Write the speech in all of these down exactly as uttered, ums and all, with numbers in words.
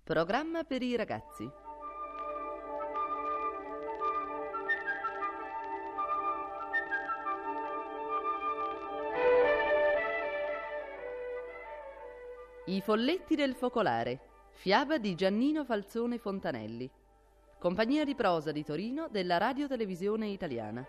Programma per i ragazzi. I folletti del focolare. Fiaba di Giannino Falzone Fontanelli. Compagnia di prosa di Torino della Radio Televisione Italiana.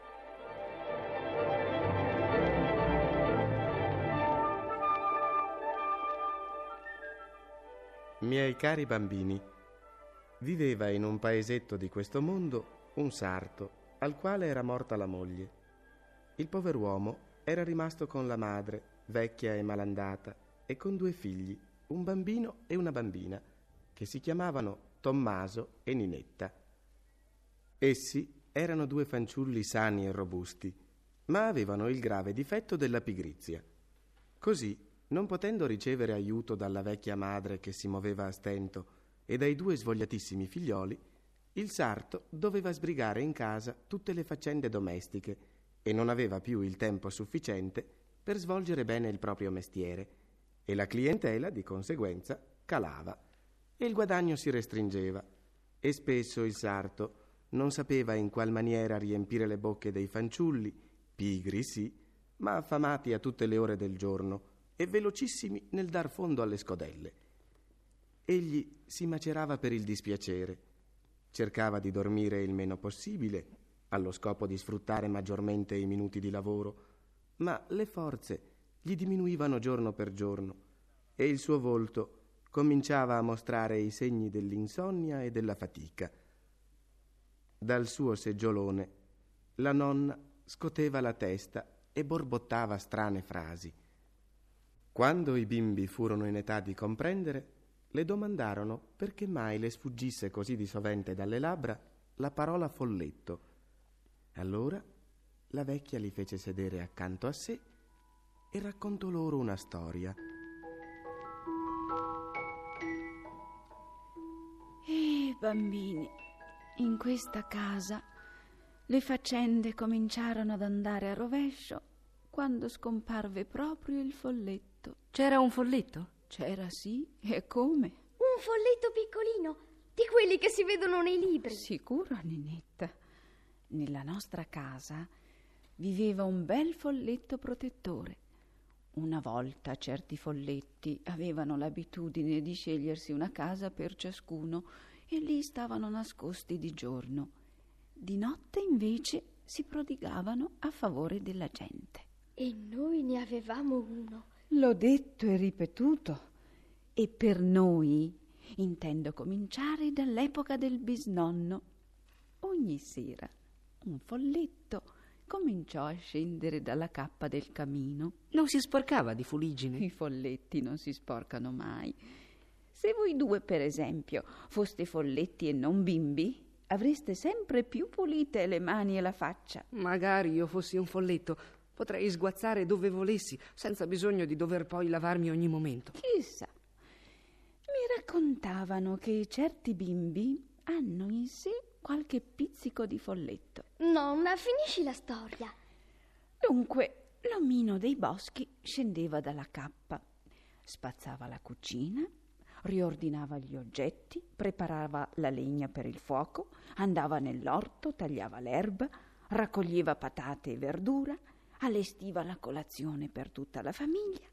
Miei cari bambini, viveva in un paesetto di questo mondo un sarto al quale era morta la moglie. Il pover'uomo era rimasto con la madre, vecchia e malandata, e con due figli, un bambino e una bambina, che si chiamavano Tommaso e Ninetta. Essi erano due fanciulli sani e robusti, ma avevano il grave difetto della pigrizia. Così, non potendo ricevere aiuto dalla vecchia madre che si muoveva a stento e dai due svogliatissimi figlioli, il sarto doveva sbrigare in casa tutte le faccende domestiche e non aveva più il tempo sufficiente per svolgere bene il proprio mestiere, e la clientela, di conseguenza, calava e il guadagno si restringeva, e spesso il sarto non sapeva in qual maniera riempire le bocche dei fanciulli, pigri sì, ma affamati a tutte le ore del giorno e velocissimi nel dar fondo alle scodelle. Egli si macerava per il dispiacere, cercava di dormire il meno possibile, allo scopo di sfruttare maggiormente i minuti di lavoro, ma le forze gli diminuivano giorno per giorno e il suo volto cominciava a mostrare i segni dell'insonnia e della fatica. Dal suo seggiolone la nonna scoteva la testa e borbottava strane frasi. Quando i bimbi furono in età di comprendere, le domandarono perché mai le sfuggisse così di sovente dalle labbra la parola folletto. Allora la vecchia li fece sedere accanto a sé e raccontò loro una storia. Eh, bambini, in questa casa le faccende cominciarono ad andare a rovescio quando scomparve proprio il folletto. C'era un folletto? C'era, sì, e come? Un folletto piccolino, di quelli che si vedono nei libri. Sicuro, Ninetta. Nella nostra casa viveva un bel folletto protettore. Una volta certi folletti avevano l'abitudine di scegliersi una casa per ciascuno e lì stavano nascosti di giorno. Di notte invece si prodigavano a favore della gente. E noi ne avevamo uno. L'ho detto e ripetuto. E per noi intendo cominciare dall'epoca del bisnonno. Ogni sera un folletto cominciò a scendere dalla cappa del camino. Non si sporcava di fuliggine? I folletti non si sporcano mai. Se voi due, per esempio, foste folletti e non bimbi, avreste sempre più pulite le mani e la faccia. Magari io fossi un folletto. Potrei sguazzare dove volessi, senza bisogno di dover poi lavarmi ogni momento. Chissà. Mi raccontavano che certi bimbi hanno in sé qualche pizzico di folletto. Nonna, finisci la storia. Dunque, l'omino dei boschi scendeva dalla cappa, spazzava la cucina, riordinava gli oggetti, preparava la legna per il fuoco, andava nell'orto, tagliava l'erba, raccoglieva patate e verdura, allestiva la colazione per tutta la famiglia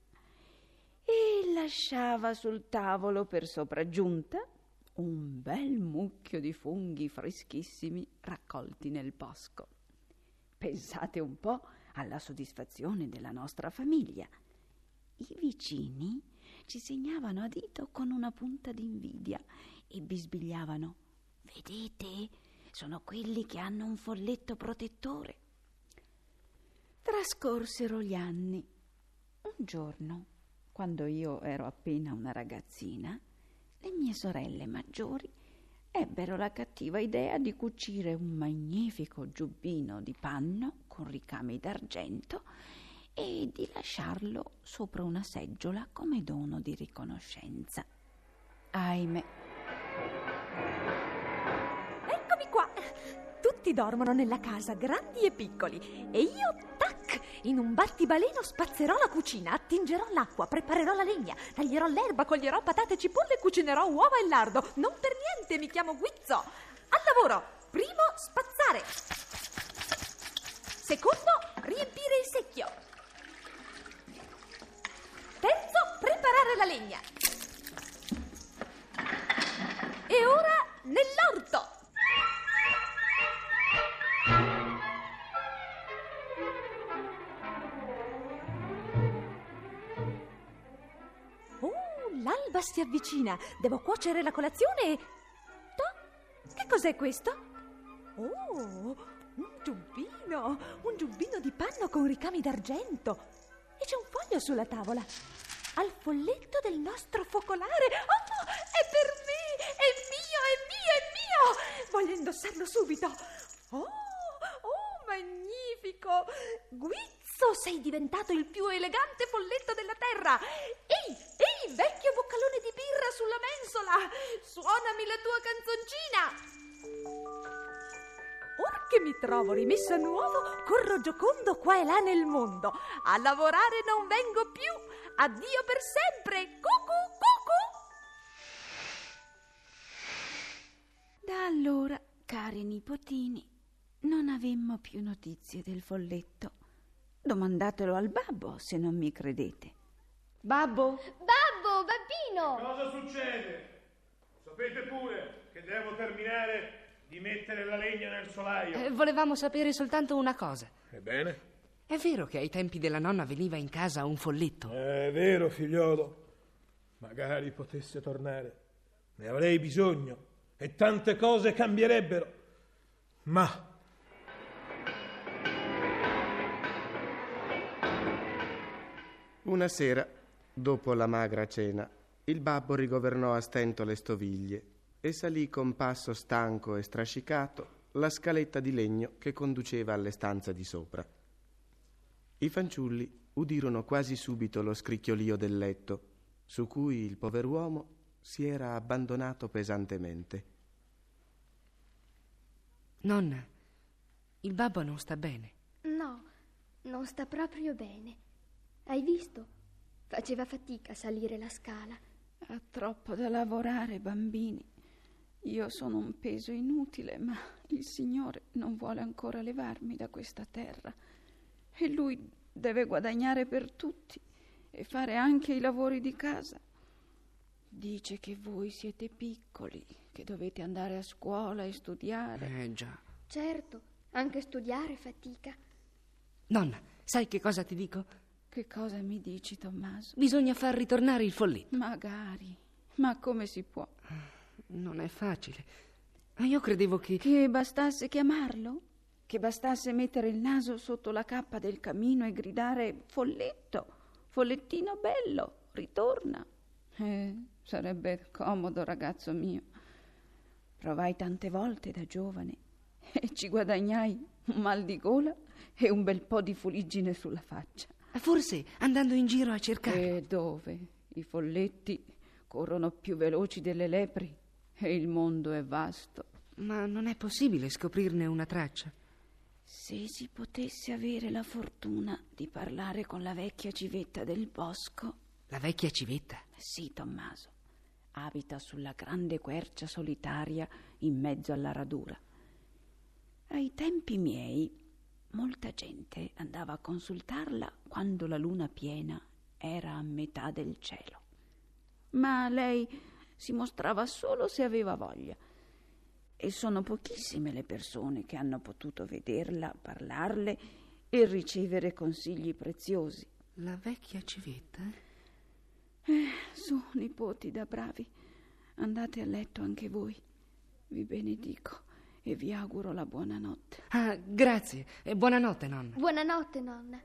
e lasciava sul tavolo per sopraggiunta un bel mucchio di funghi freschissimi raccolti nel bosco. Pensate un po' alla soddisfazione della nostra famiglia. I vicini ci segnavano a dito con una punta d'invidia e bisbigliavano: «Vedete, sono quelli che hanno un folletto protettore». Trascorsero gli anni. Un giorno, quando io ero appena una ragazzina, le mie sorelle maggiori ebbero la cattiva idea di cucire un magnifico giubbino di panno con ricami d'argento e di lasciarlo sopra una seggiola come dono di riconoscenza. Ahimè. Eccomi qua! Tutti dormono nella casa, grandi e piccoli, e io, tac, In un battibaleno spazzerò la cucina, attingerò l'acqua, preparerò la legna, taglierò l'erba, coglierò patate e cipolle e cucinerò uova e lardo. Non per niente mi chiamo Guizzo. Al lavoro! Primo, spazzare. Secondo, riempire il secchio. Terzo, preparare la legna. E ora nell'orto. Oh, l'alba si avvicina. Devo cuocere la colazione e... Toh, che cos'è questo? Oh, un giubbino, un giubbino di panno con ricami d'argento. E c'è un foglio sulla tavola. Al folletto del nostro focolare. Oh, è per me, è mio, è mio, è mio. Voglio indossarlo subito. Oh, oh, magnifico. Guizzo, sei diventato il più elegante folletto della terra. Ehi, ehi, vecchio boccalone di birra sulla mensola. Suonami la tua canzoncina. Ora che mi trovo rimessa a nuovo, corro giocondo qua e là nel mondo. A lavorare non vengo più. Addio per sempre. Cucù, cucù. Da allora, cari nipotini, non avemmo più notizie del folletto. Domandatelo al babbo se non mi credete. Babbo? Babbo, babbino! Cosa succede? Sapete pure che devo terminare di mettere la legna nel solaio. Eh, volevamo sapere soltanto una cosa. Ebbene? È vero che ai tempi della nonna veniva in casa un folletto? È vero, figliolo. Magari potesse tornare. Ne avrei bisogno e tante cose cambierebbero. Ma... Una sera, dopo la magra cena, il babbo rigovernò a stento le stoviglie e salì con passo stanco e strascicato la scaletta di legno che conduceva alle stanze di sopra. I fanciulli udirono quasi subito lo scricchiolio del letto, su cui il pover'uomo si era abbandonato pesantemente. Nonna, il babbo non sta bene. No, non sta proprio bene. Hai visto? Faceva fatica a salire la scala. Ha troppo da lavorare, bambini. Io sono un peso inutile, ma il Signore non vuole ancora levarmi da questa terra. E Lui deve guadagnare per tutti e fare anche i lavori di casa. Dice che voi siete piccoli, che dovete andare a scuola e studiare. Eh già. Certo, anche studiare fatica. Nonna, sai che cosa ti dico? Che cosa mi dici, Tommaso? Bisogna far ritornare il folletto. Magari, ma come si può? Non è facile. Ma io credevo che... Che bastasse chiamarlo? Che bastasse mettere il naso sotto la cappa del camino e gridare: folletto, follettino bello, ritorna. Eh, sarebbe comodo, ragazzo mio. Provai tante volte da giovane e ci guadagnai un mal di gola e un bel po' di fuliggine sulla faccia. Forse andando in giro a cercare. E dove? I folletti corrono più veloci delle lepri e il mondo è vasto. Ma non è possibile scoprirne una traccia. Se si potesse avere la fortuna di parlare con la vecchia civetta del bosco. La vecchia civetta? Sì, Tommaso. Abita sulla grande quercia solitaria in mezzo alla radura. Ai tempi miei molta gente andava a consultarla quando la luna piena era a metà del cielo. Ma lei si mostrava solo se aveva voglia. E sono pochissime le persone che hanno potuto vederla, parlarle e ricevere consigli preziosi. La vecchia civetta? Eh, su, nipoti da bravi, andate a letto anche voi. Vi benedico e vi auguro la buonanotte. Ah, grazie. E buonanotte, nonna. Buonanotte, nonna.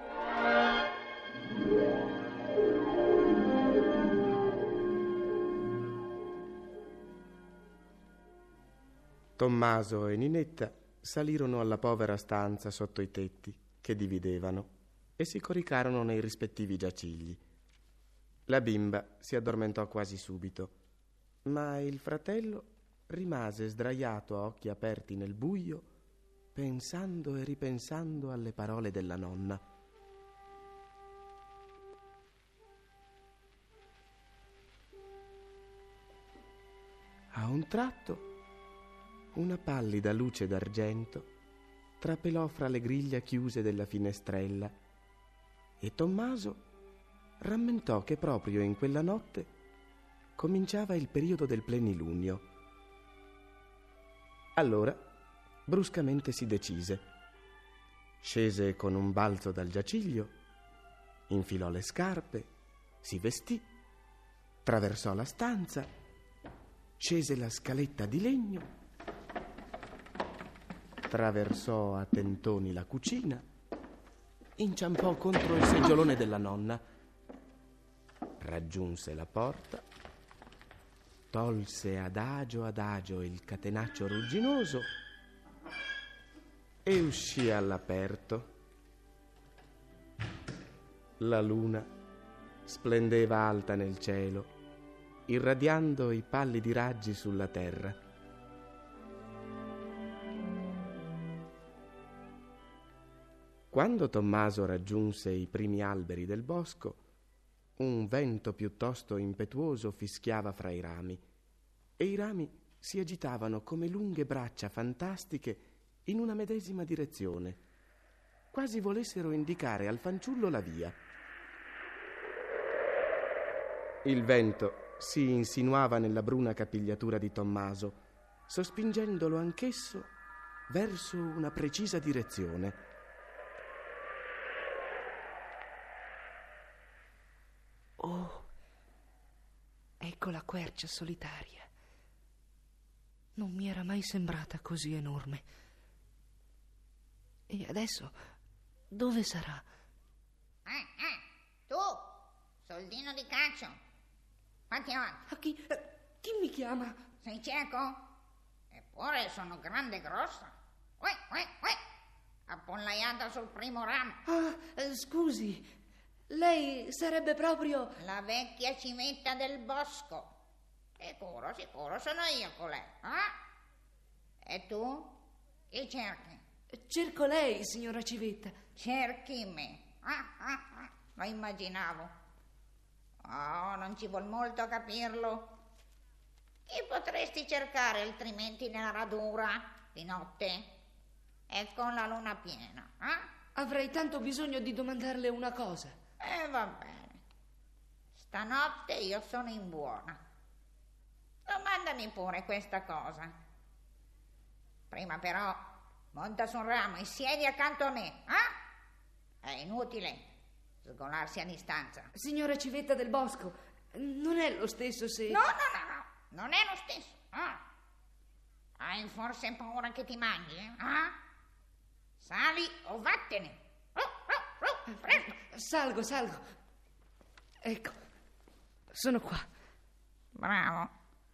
Tommaso e Ninetta salirono alla povera stanza sotto i tetti che dividevano e si coricarono nei rispettivi giacigli. La bimba si addormentò quasi subito, ma il fratello rimase sdraiato a occhi aperti nel buio, pensando e ripensando alle parole della nonna. A un tratto, una pallida luce d'argento trapelò fra le griglia chiuse della finestrella e Tommaso rammentò che proprio in quella notte cominciava il periodo del plenilunio. Allora, bruscamente si decise. Scese con un balzo dal giaciglio, infilò le scarpe, si vestì, traversò la stanza, scese la scaletta di legno, traversò a tentoni la cucina, inciampò contro il seggiolone della nonna, raggiunse la porta, tolse adagio adagio il catenaccio rugginoso e uscì all'aperto. La luna splendeva alta nel cielo, irradiando i pallidi raggi sulla terra. Quando Tommaso raggiunse i primi alberi del bosco, un vento piuttosto impetuoso fischiava fra i rami e i rami si agitavano come lunghe braccia fantastiche in una medesima direzione, quasi volessero indicare al fanciullo la via. Il vento si insinuava nella bruna capigliatura di Tommaso, sospingendolo anch'esso verso una precisa direzione. Oh, ecco la quercia solitaria. Non mi era mai sembrata così enorme. E adesso dove sarà? Eh, eh, tu, soldino di calcio, fatti avanti. A chi, eh, chi mi chiama? Sei cieco? Eppure sono grande e grossa. Uè, uè, uè, appollaiata sul primo ramo. Ah, eh, scusi. Lei sarebbe proprio... La vecchia civetta del bosco. Sicuro, sicuro, sono io con lei. Eh? E tu? Chi cerchi? Cerco lei, signora Civetta. Cerchi me? Ah, ah, ah, lo immaginavo. Oh, non ci vuol molto a capirlo. Chi potresti cercare altrimenti nella radura di notte e con la luna piena? Eh? Avrei tanto bisogno di domandarle una cosa. E eh, va bene. Stanotte io sono in buona. Domandami pure questa cosa. Prima però monta su un ramo e siedi accanto a me. Eh? È inutile sgolarsi a distanza. Signora Civetta del Bosco, non è lo stesso se... No, no, no, no. Non è lo stesso. Ah. Hai forse paura che ti mangi? Eh? Ah? Sali o vattene. Presto. Salgo, salgo. Ecco, sono qua. Bravo.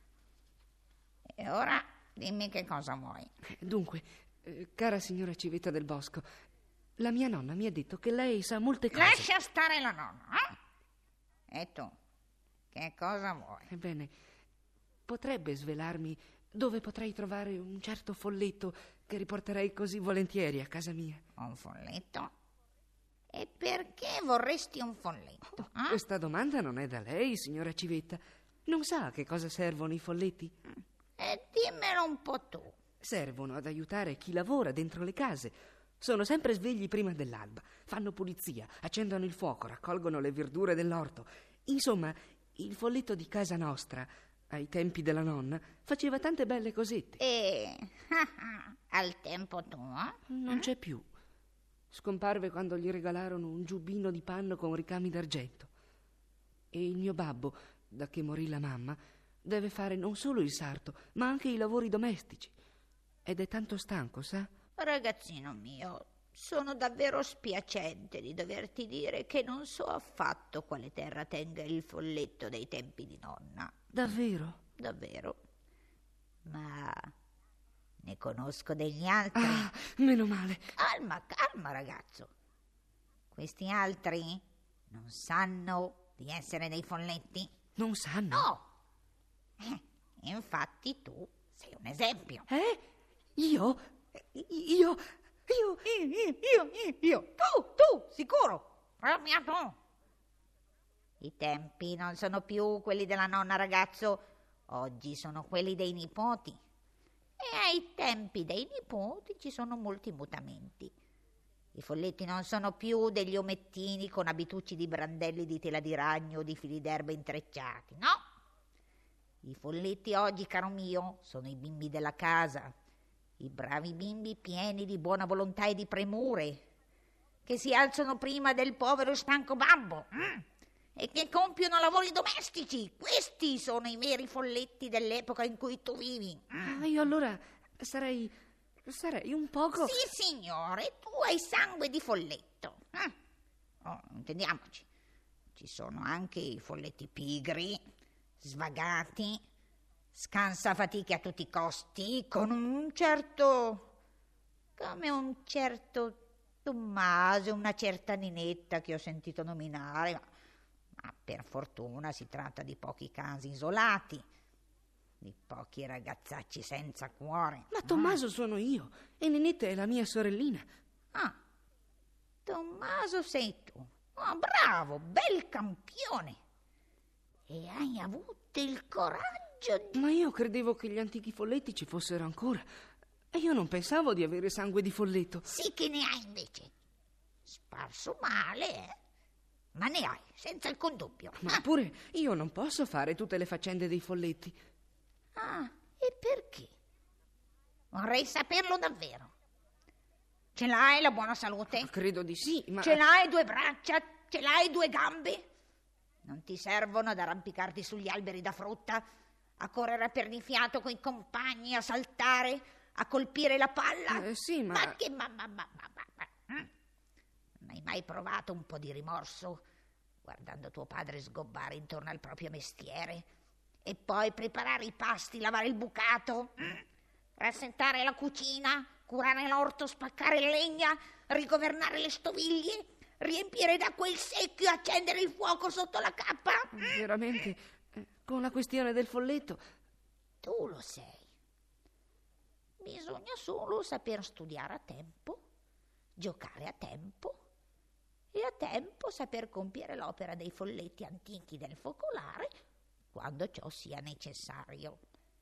E ora dimmi che cosa vuoi. Dunque, eh, cara signora Civetta del Bosco, la mia nonna mi ha detto che lei sa molte cose. Lascia stare la nonna, eh? E tu, che cosa vuoi? Ebbene, potrebbe svelarmi dove potrei trovare un certo folletto che riporterei così volentieri a casa mia? Un folletto? E perché vorresti un folletto? Eh? Questa domanda non è da lei, signora Civetta. Non sa a che cosa servono i folletti? E dimmelo un po' tu. Servono ad aiutare chi lavora dentro le case. Sono sempre svegli prima dell'alba, fanno pulizia, accendono il fuoco, raccolgono le verdure dell'orto. Insomma, il folletto di casa nostra, ai tempi della nonna, faceva tante belle cosette. E al tempo tuo? Non c'è più. Scomparve quando gli regalarono un giubbino di panno con ricami d'argento. E il mio babbo, da che morì la mamma, deve fare non solo il sarto, ma anche i lavori domestici. Ed è tanto stanco, sa? Ragazzino mio, sono davvero spiacente di doverti dire che non so affatto quale terra tenga il folletto dei tempi di nonna. Davvero? Davvero. Ma ne conosco degli altri. Ah, meno male. Calma, calma, ragazzo. Questi altri non sanno di essere dei folletti? Non sanno? No. Eh, infatti tu sei un esempio. Eh? Io? Io? Io? Io, io, io, io. Tu, tu, sicuro. Proprio tu. I tempi non sono più quelli della nonna, ragazzo. Oggi sono quelli dei nipoti. E ai tempi dei nipoti ci sono molti mutamenti. I folletti non sono più degli omettini con abitucci di brandelli di tela di ragno o di fili d'erba intrecciati, no? I folletti oggi, caro mio, sono i bimbi della casa, i bravi bimbi pieni di buona volontà e di premure, che si alzano prima del povero e stanco babbo mm? e che compiono lavori domestici. Questi sono i veri folletti dell'epoca in cui tu vivi. Mm? Ah, io allora sarei, sarei un poco... Sì, signore, tu hai sangue di folletto. Mm? Oh, intendiamoci, ci sono anche i folletti pigri, svagati, scansafatiche a tutti i costi, con un certo... come un certo Tommaso, una certa Ninetta che ho sentito nominare, ma, ma per fortuna si tratta di pochi casi isolati, di pochi ragazzacci senza cuore. Ma Tommaso ah. sono io e Ninetta è la mia sorellina. Ah, Tommaso sei tu. Oh, bravo, bel campione. E hai avuto il coraggio di... Ma io credevo che gli antichi folletti ci fossero ancora. E io non pensavo di avere sangue di folletto. Sì che ne hai invece. Sparso male, eh? Ma ne hai, senza alcun dubbio. Ma ah. pure io non posso fare tutte le faccende dei folletti. Ah, e perché? Vorrei saperlo davvero. Ce l'hai la buona salute? Ma credo di sì, ma... Ce l'hai due braccia? Ce l'hai due gambe? Non ti servono ad arrampicarti sugli alberi da frutta, a correre a perdifiato coi compagni, a saltare, a colpire la palla? Eh, sì, ma... Ma che... Ma, ma, ma, ma, ma, ma. Mm? Non hai mai provato un po' di rimorso guardando tuo padre sgobbare intorno al proprio mestiere e poi preparare i pasti, lavare il bucato, mm? rassettare la cucina, curare l'orto, spaccare legna, rigovernare le stoviglie, riempire d'acqua il secchio e accendere il fuoco sotto la cappa? Mm? Veramente, con la questione del folletto... Tu lo sei. Bisogna solo saper studiare a tempo, giocare a tempo e a tempo saper compiere l'opera dei folletti antichi del focolare quando ciò sia necessario.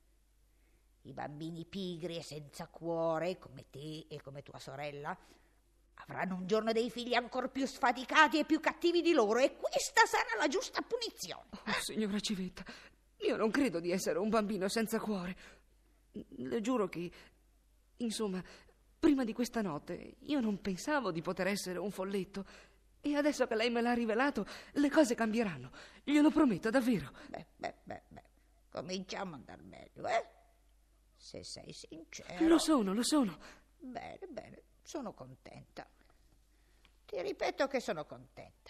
I bambini pigri e senza cuore, come te e come tua sorella, avranno un giorno dei figli ancor più sfaticati e più cattivi di loro, e questa sarà la giusta punizione. Oh, signora Civetta, io non credo di essere un bambino senza cuore. Le giuro che, insomma, prima di questa notte io non pensavo di poter essere un folletto, e adesso che lei me l'ha rivelato le cose cambieranno, glielo prometto davvero. Beh, beh, beh, beh, cominciamo ad andar meglio, eh? Se sei sincero. Lo sono, lo sono. Bene, bene, sono contenta. Ti ripeto che sono contenta.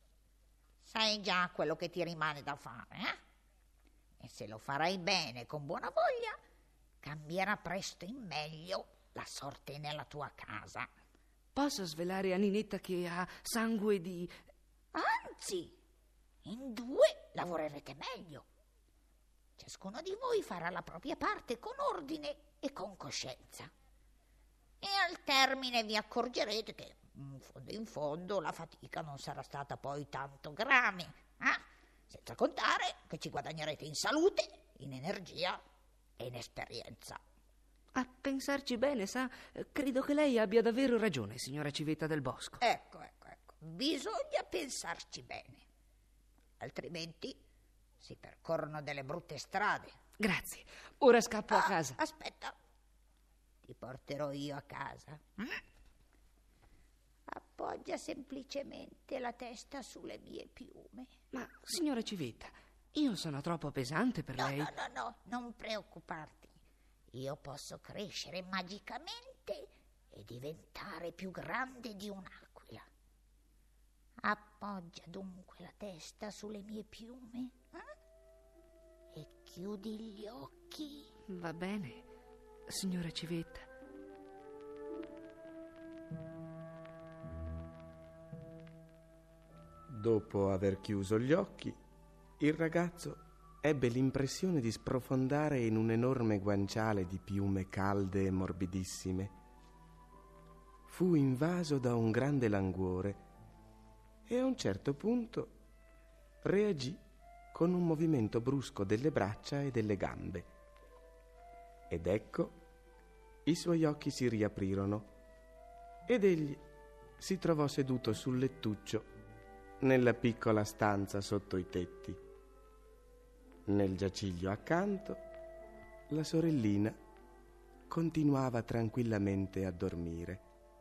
Sai già quello che ti rimane da fare, eh? E se lo farai bene, con buona voglia, cambierà presto in meglio la sorte nella tua casa. Posso svelare a Ninetta che ha sangue di... Anzi, in due lavorerete meglio. Ciascuno di voi farà la propria parte con ordine e con coscienza. E al termine vi accorgerete che, in fondo in fondo, la fatica non sarà stata poi tanto grave, eh? Senza contare che ci guadagnerete in salute, in energia e in esperienza. A pensarci bene, sa, credo che lei abbia davvero ragione, signora Civetta del Bosco. Ecco, ecco, ecco. Bisogna pensarci bene. Altrimenti si percorrono delle brutte strade. Grazie. Ora scappo ah, a casa. Aspetta. Ti porterò io a casa. Mm? Appoggia semplicemente la testa sulle mie piume. Ma, signora Civetta, io sono troppo pesante per no, lei. No, no, no, non preoccuparti. Io posso crescere magicamente e diventare più grande di un'aquila. Appoggia dunque la testa sulle mie piume eh? e chiudi gli occhi. Va bene, signora Civetta. Dopo aver chiuso gli occhi, il ragazzo ebbe l'impressione di sprofondare in un enorme guanciale di piume calde e morbidissime. Fu invaso da un grande languore e a un certo punto reagì con un movimento brusco delle braccia e delle gambe. Ed ecco, i suoi occhi si riaprirono ed egli si trovò seduto sul lettuccio nella piccola stanza sotto i tetti. Nel giaciglio accanto, la sorellina continuava tranquillamente a dormire.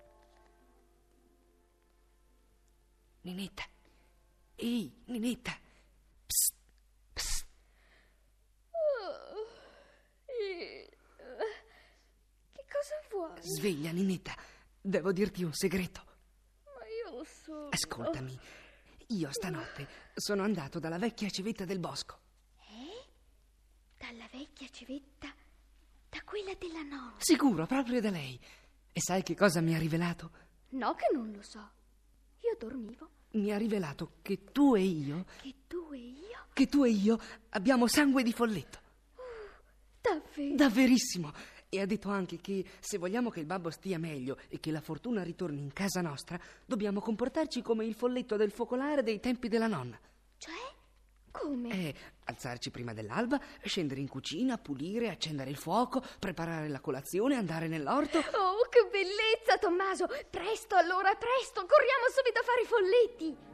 Ninetta, ehi, Ninetta, psst, psst. Oh, eh, che cosa vuoi? Sveglia, Ninetta, devo dirti un segreto. Ma io lo so. Ascoltami, io stanotte sono andato dalla vecchia civetta del bosco. Eh? Dalla vecchia civetta? Da quella della nonna? Sicuro, proprio da lei. E sai che cosa mi ha rivelato? No, che non lo so. Io dormivo. Mi ha rivelato che tu e io... Che tu e io? Che tu e io abbiamo sangue di folletto. Uh, davvero? Daverissimo. E ha detto anche che se vogliamo che il babbo stia meglio e che la fortuna ritorni in casa nostra, dobbiamo comportarci come il folletto del focolare dei tempi della nonna. Cioè? Come? Eh, alzarci prima dell'alba, scendere in cucina, pulire, accendere il fuoco, preparare la colazione, andare nell'orto. Oh, che bellezza, Tommaso! Presto, allora, presto! Corriamo subito a fare i folletti!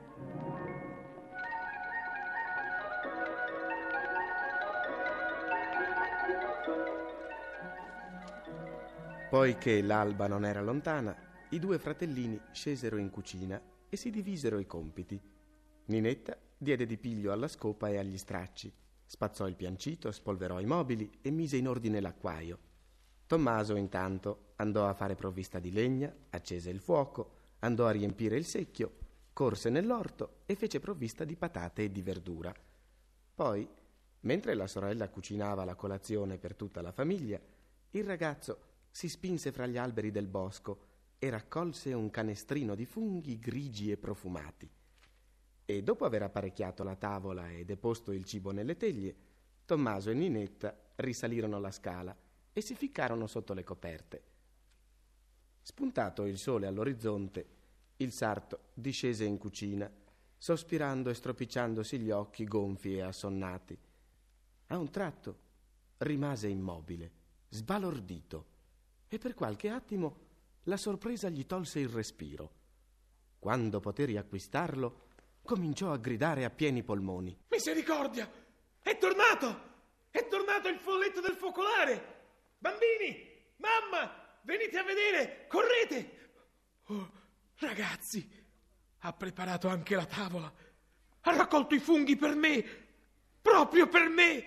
Poiché l'alba non era lontana, i due fratellini scesero in cucina e si divisero i compiti. Ninetta diede di piglio alla scopa e agli stracci, spazzò il piancito, spolverò i mobili e mise in ordine l'acquaio. Tommaso, intanto, andò a fare provvista di legna, accese il fuoco, andò a riempire il secchio, corse nell'orto e fece provvista di patate e di verdura. Poi, mentre la sorella cucinava la colazione per tutta la famiglia, il ragazzo si spinse fra gli alberi del bosco e raccolse un canestrino di funghi grigi e profumati. E dopo aver apparecchiato la tavola e deposto il cibo nelle teglie, Tommaso e Ninetta risalirono la scala e si ficcarono sotto le coperte. Spuntato il sole all'orizzonte, il sarto discese in cucina, sospirando e stropicciandosi gli occhi gonfi e assonnati. A un tratto rimase immobile, sbalordito, e per qualche attimo la sorpresa gli tolse il respiro. Quando poté riacquistarlo, cominciò a gridare a pieni polmoni: Misericordia! È tornato! È tornato il folletto del focolare! Bambini! Mamma! Venite a vedere! Correte! Oh, ragazzi! Ha preparato anche la tavola! Ha raccolto i funghi per me! Proprio per me!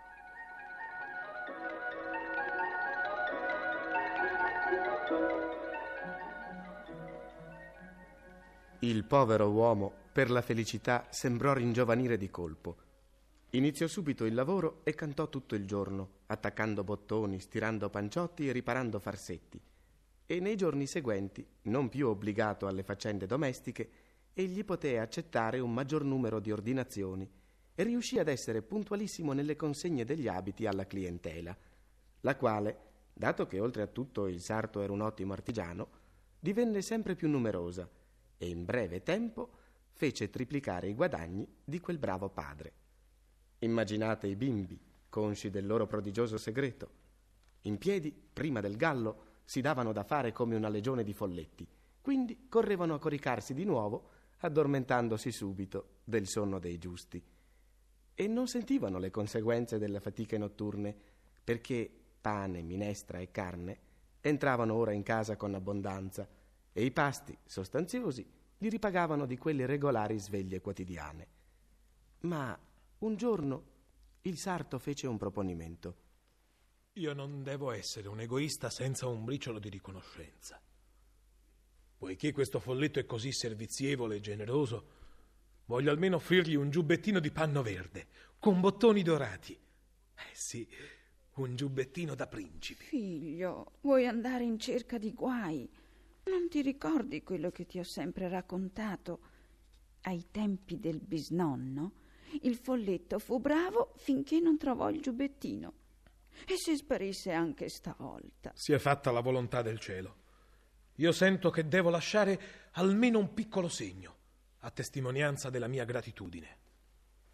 Il povero uomo, per la felicità, sembrò ringiovanire di colpo. Iniziò subito il lavoro e cantò tutto il giorno, attaccando bottoni, stirando panciotti e riparando farsetti. E nei giorni seguenti, non più obbligato alle faccende domestiche, egli poté accettare un maggior numero di ordinazioni e riuscì ad essere puntualissimo nelle consegne degli abiti alla clientela, la quale, dato che oltre a tutto il sarto era un ottimo artigiano, divenne sempre più numerosa e in breve tempo fece triplicare i guadagni di quel bravo padre. Immaginate i bimbi, consci del loro prodigioso segreto. In piedi, prima del gallo, si davano da fare come una legione di folletti, quindi correvano a coricarsi di nuovo, addormentandosi subito del sonno dei giusti. E non sentivano le conseguenze delle fatiche notturne, perché pane, minestra e carne entravano ora in casa con abbondanza, e i pasti sostanziosi li ripagavano di quelle regolari sveglie quotidiane. Ma un giorno il sarto fece un proponimento. Io non devo essere un egoista senza un briciolo di riconoscenza. Poiché questo folletto è così servizievole e generoso, voglio almeno offrirgli un giubbettino di panno verde, con bottoni dorati. Eh sì, un giubbettino da principe. Figlio, vuoi andare in cerca di guai? Non ti ricordi quello che ti ho sempre raccontato? Ai tempi del bisnonno, il folletto fu bravo finché non trovò il giubbettino. E si sparisse anche stavolta. Si è fatta la volontà del cielo. Io sento che devo lasciare almeno un piccolo segno, a testimonianza della mia gratitudine.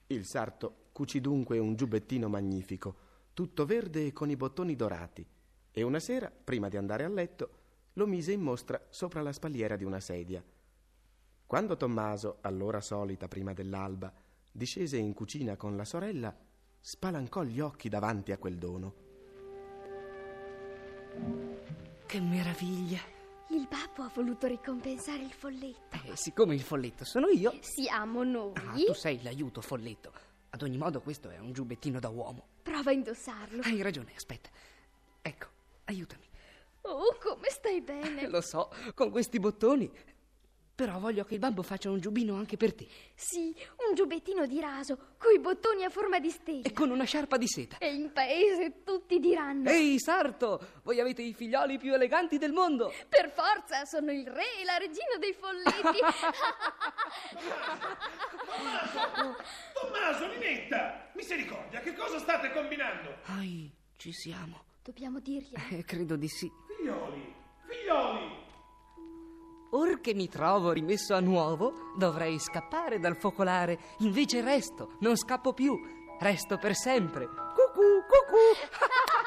Il sarto cucì dunque un giubbettino magnifico, tutto verde e con i bottoni dorati, e una sera, prima di andare a letto, lo mise in mostra sopra la spalliera di una sedia. Quando Tommaso, all'ora solita prima dell'alba, discese in cucina con la sorella, spalancò gli occhi davanti a quel dono. Che meraviglia! Il babbo ha voluto ricompensare il folletto. Eh, siccome il folletto sono io... Siamo noi. Ah, tu sei l'aiuto, folletto. Ad ogni modo questo è un giubbettino da uomo. Prova a indossarlo. Hai ragione, aspetta. Ecco, aiutami. Oh, come stai bene. Lo so, con questi bottoni. Però voglio che il babbo faccia un giubbino anche per te. Sì, un giubbettino di raso, coi bottoni a forma di stella. E con una sciarpa di seta. E in paese tutti diranno: Ehi, sarto, voi avete i figlioli più eleganti del mondo. Per forza, sono il re e la regina dei folletti. Tommaso, Ninetta, misericordia, che cosa state combinando? Ai, ci siamo. Dobbiamo dirglielo. Eh, credo di sì. Figlioli, figlioli. Or che mi trovo rimesso a nuovo, dovrei scappare dal focolare. Invece resto, non scappo più. Resto per sempre. Cucù, cucù.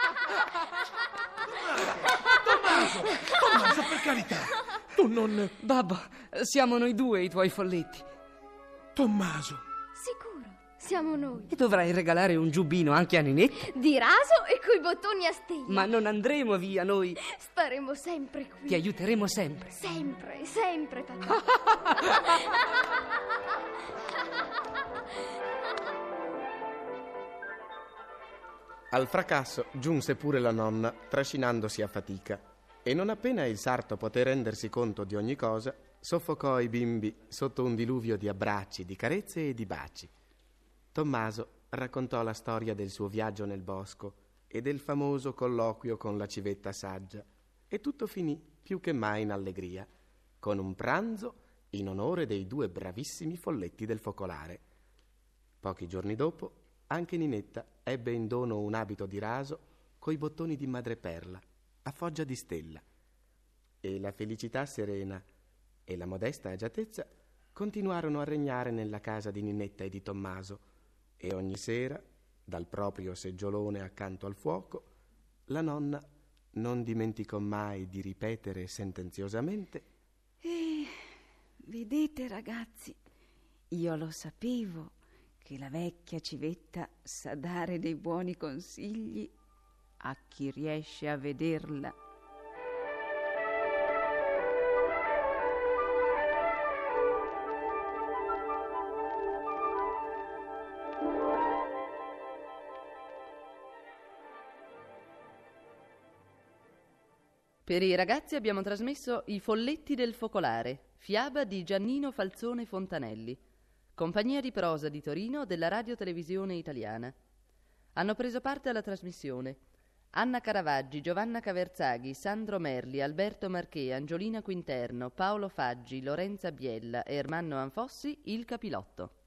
Tommaso, Tommaso, per carità, tu non... Babbo, siamo noi due i tuoi folletti. Tommaso. Sicuro, siamo noi. E dovrai regalare un giubbino anche a Ninetta. Di raso e coi bottoni a stella. Ma non andremo via noi. Staremo sempre qui. Ti aiuteremo sempre. Sempre, sempre, papà. Al fracasso giunse pure la nonna, trascinandosi a fatica, e non appena il sarto poté rendersi conto di ogni cosa, soffocò i bimbi sotto un diluvio di abbracci, di carezze e di baci. Tommaso raccontò la storia del suo viaggio nel bosco e del famoso colloquio con la civetta saggia, e tutto finì più che mai in allegria, con un pranzo in onore dei due bravissimi folletti del focolare. Pochi giorni dopo, anche Ninetta ebbe in dono un abito di raso coi bottoni di madreperla, a foggia di stella, e la felicità serena e la modesta agiatezza continuarono a regnare nella casa di Ninetta e di Tommaso, e ogni sera, dal proprio seggiolone accanto al fuoco, la nonna non dimenticò mai di ripetere sentenziosamente: Eh, vedete ragazzi, io lo sapevo che la vecchia civetta sa dare dei buoni consigli a chi riesce a vederla. Per i ragazzi abbiamo trasmesso I folletti del focolare, fiaba di Giannino Falzone Fontanelli, compagnia di prosa di Torino della Radio Televisione Italiana. Hanno preso parte alla trasmissione Anna Caravaggi, Giovanna Caverzaghi, Sandro Merli, Alberto Marché, Angiolina Quinterno, Paolo Faggi, Lorenza Biella e Ermanno Anfossi, il Capilotto.